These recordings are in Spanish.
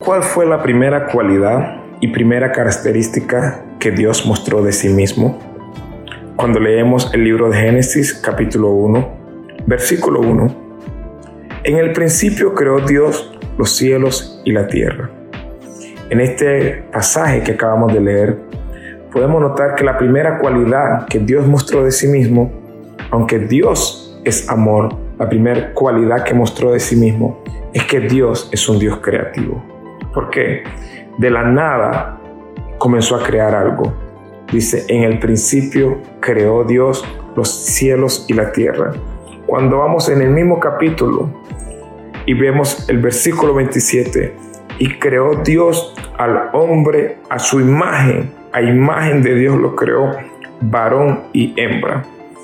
cuál fue la primera cualidad y primera característica que Dios mostró de sí mismo? Cuando leemos el libro de Génesis, capítulo 1, versículo 1. En el principio creó Dios los cielos y la tierra. En este pasaje que acabamos de leer, podemos notar que la primera cualidad que Dios mostró de sí mismo, aunque Dios es amor, la primera cualidad que mostró de sí mismo es que Dios es un Dios creativo. ¿Por qué? De la nada comenzó a crear algo. Dice, en el principio creó Dios los cielos y la tierra. Cuando vamos en el mismo capítulo y vemos el versículo 27, y creó Dios al hombre a su imagen, a imagen de Dios lo creó, varón y hembra.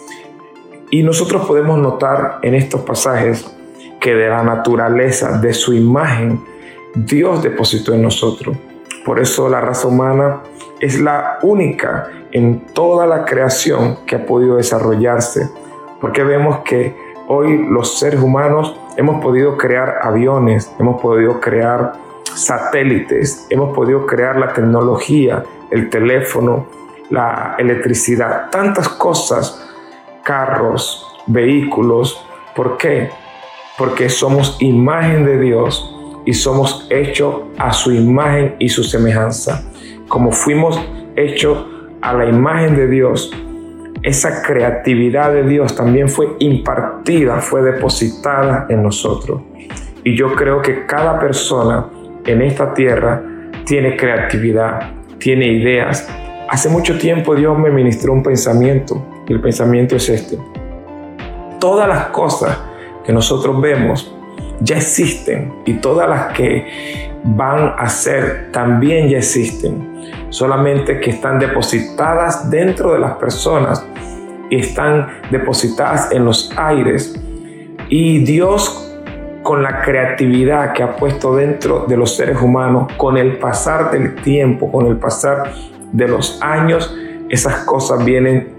Y nosotros podemos notar en estos pasajes que de la naturaleza, de su imagen, Dios depositó en nosotros. Por eso la raza humana es la única en toda la creación que ha podido desarrollarse, porque vemos que hoy los seres humanos hemos podido crear aviones, hemos podido crear satélites, hemos podido crear la tecnología, el teléfono, la electricidad, tantas cosas, carros, vehículos. ¿Por qué? Porque somos imagen de Dios y somos hechos a su imagen y su semejanza. Como fuimos hechos a la imagen de Dios, esa creatividad de Dios también fue impartida, fue depositada en nosotros. Y yo creo que cada persona en esta tierra tiene creatividad, tiene ideas. Hace mucho tiempo Dios me ministró un pensamiento, y el pensamiento es este: todas las cosas que nosotros vemos ya existen, y todas las que van a ser también ya existen, solamente que están depositadas dentro de las personas y están depositadas en los aires. Y Dios, con la creatividad que ha puesto dentro de los seres humanos, con el pasar del tiempo, con el pasar de los años, esas cosas vienen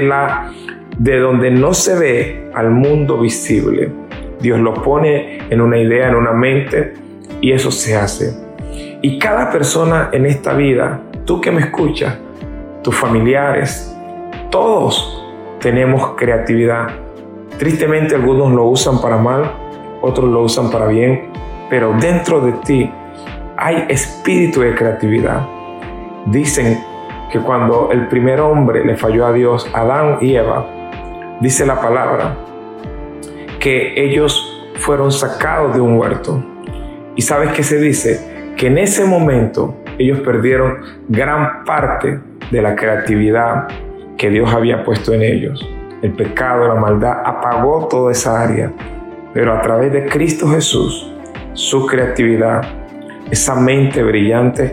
de donde no se ve al mundo visible. Dios lo pone en una idea, en una mente, y eso se hace. Y cada persona en esta vida, tú que me escuchas, tus familiares, todos tenemos creatividad. Tristemente algunos lo usan para mal, otros lo usan para bien, pero dentro de ti hay espíritu de creatividad. Dicen que cuando el primer hombre le falló a Dios, Adán y Eva, dice la palabra que ellos fueron sacados de un huerto. ¿Y sabes qué se dice? Que en ese momento ellos perdieron gran parte de la creatividad que Dios había puesto en ellos. El pecado, la maldad apagó toda esa área. Pero a través de Cristo Jesús, su creatividad, esa mente brillante,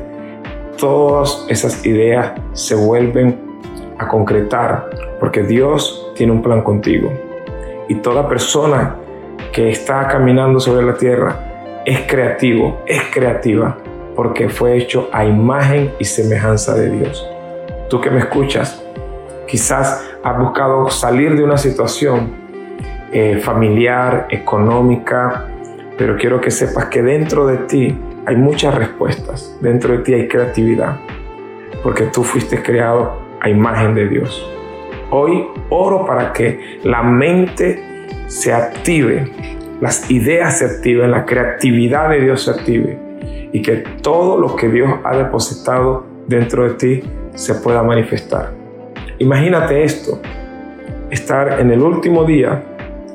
todas esas ideas se vuelven a concretar, porque Dios tiene un plan contigo. Y toda persona que está caminando sobre la tierra es creativo, es creativa, porque fue hecho a imagen y semejanza de Dios. Tú que me escuchas, quizás has buscado salir de una situación familiar, económica, pero quiero que sepas que dentro de ti hay muchas respuestas, dentro de ti hay creatividad, porque tú fuiste creado a imagen de Dios. Hoy oro para que la mente se active, las ideas se activen, la creatividad de Dios se active, y que todo lo que Dios ha depositado dentro de ti se pueda manifestar. Imagínate esto, estar en el último día,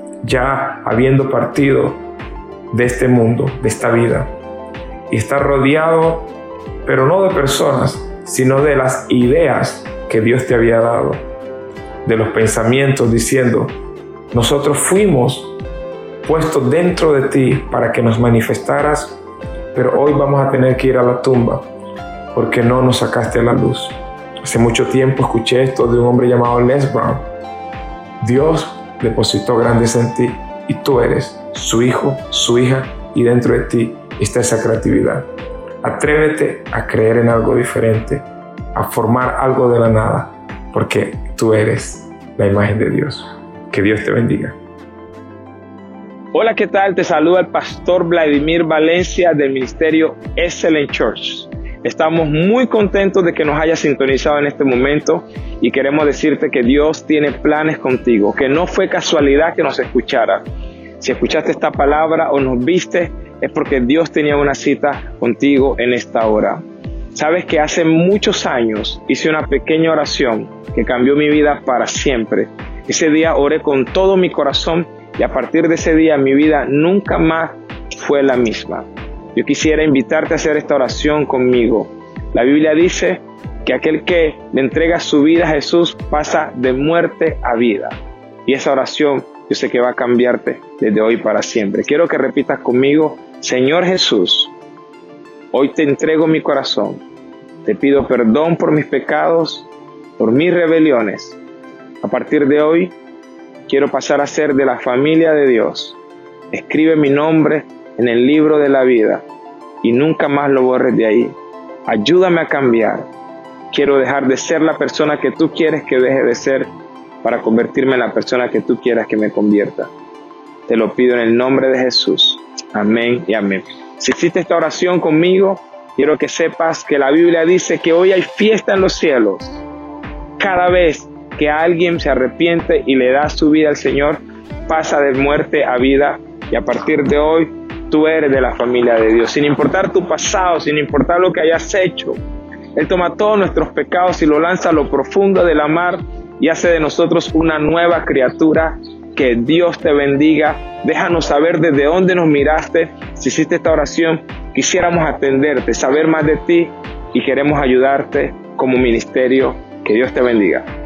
ya habiendo partido de este mundo, de esta vida, y estar rodeado, pero no de personas, sino de las ideas que Dios te había dado, de los pensamientos, diciendo: nosotros fuimos puestos dentro de ti para que nos manifestaras, pero hoy vamos a tener que ir a la tumba porque no nos sacaste a la luz. Hace mucho tiempo escuché esto de un hombre llamado Les Brown. Dios depositó grandes en ti y tú eres su hijo, su hija, y dentro de ti está esa creatividad. Atrévete a creer en algo diferente, a formar algo de la nada, porque tú eres la imagen de Dios. Que Dios te bendiga. Hola, ¿qué tal? Te saluda el pastor Vladimir Valencia del ministerio Excellent Church. Estamos muy contentos de que nos hayas sintonizado en este momento y queremos decirte que Dios tiene planes contigo, que no fue casualidad que nos escuchara. Si escuchaste esta palabra o nos viste, es porque Dios tenía una cita contigo en esta hora. Sabes que hace muchos años hice una pequeña oración que cambió mi vida para siempre. Ese día oré con todo mi corazón y a partir de ese día mi vida nunca más fue la misma. Yo quisiera invitarte a hacer esta oración conmigo. La Biblia dice que aquel que le entrega su vida a Jesús pasa de muerte a vida. Y esa oración yo sé que va a cambiarte desde hoy para siempre. Quiero que repitas conmigo: Señor Jesús, hoy te entrego mi corazón. Te pido perdón por mis pecados, por mis rebeliones. A partir de hoy, quiero pasar a ser de la familia de Dios. Escribe mi nombre en el libro de la vida y nunca más lo borres de ahí. Ayúdame a cambiar. Quiero dejar de ser la persona que tú quieres que deje de ser para convertirme en la persona que tú quieras que me convierta. Te lo pido en el nombre de Jesús. Amén y amén. Si hiciste esta oración conmigo, quiero que sepas que la Biblia dice que hoy hay fiesta en los cielos. Cada vez que alguien se arrepiente y le da su vida al Señor, pasa de muerte a vida y a partir de hoy tú eres de la familia de Dios. Sin importar tu pasado, sin importar lo que hayas hecho, Él toma todos nuestros pecados y lo lanza a lo profundo de la mar y hace de nosotros una nueva criatura. Que Dios te bendiga. Déjanos saber desde dónde nos miraste. Si hiciste esta oración, quisiéramos atenderte, saber más de ti y queremos ayudarte como ministerio. Que Dios te bendiga.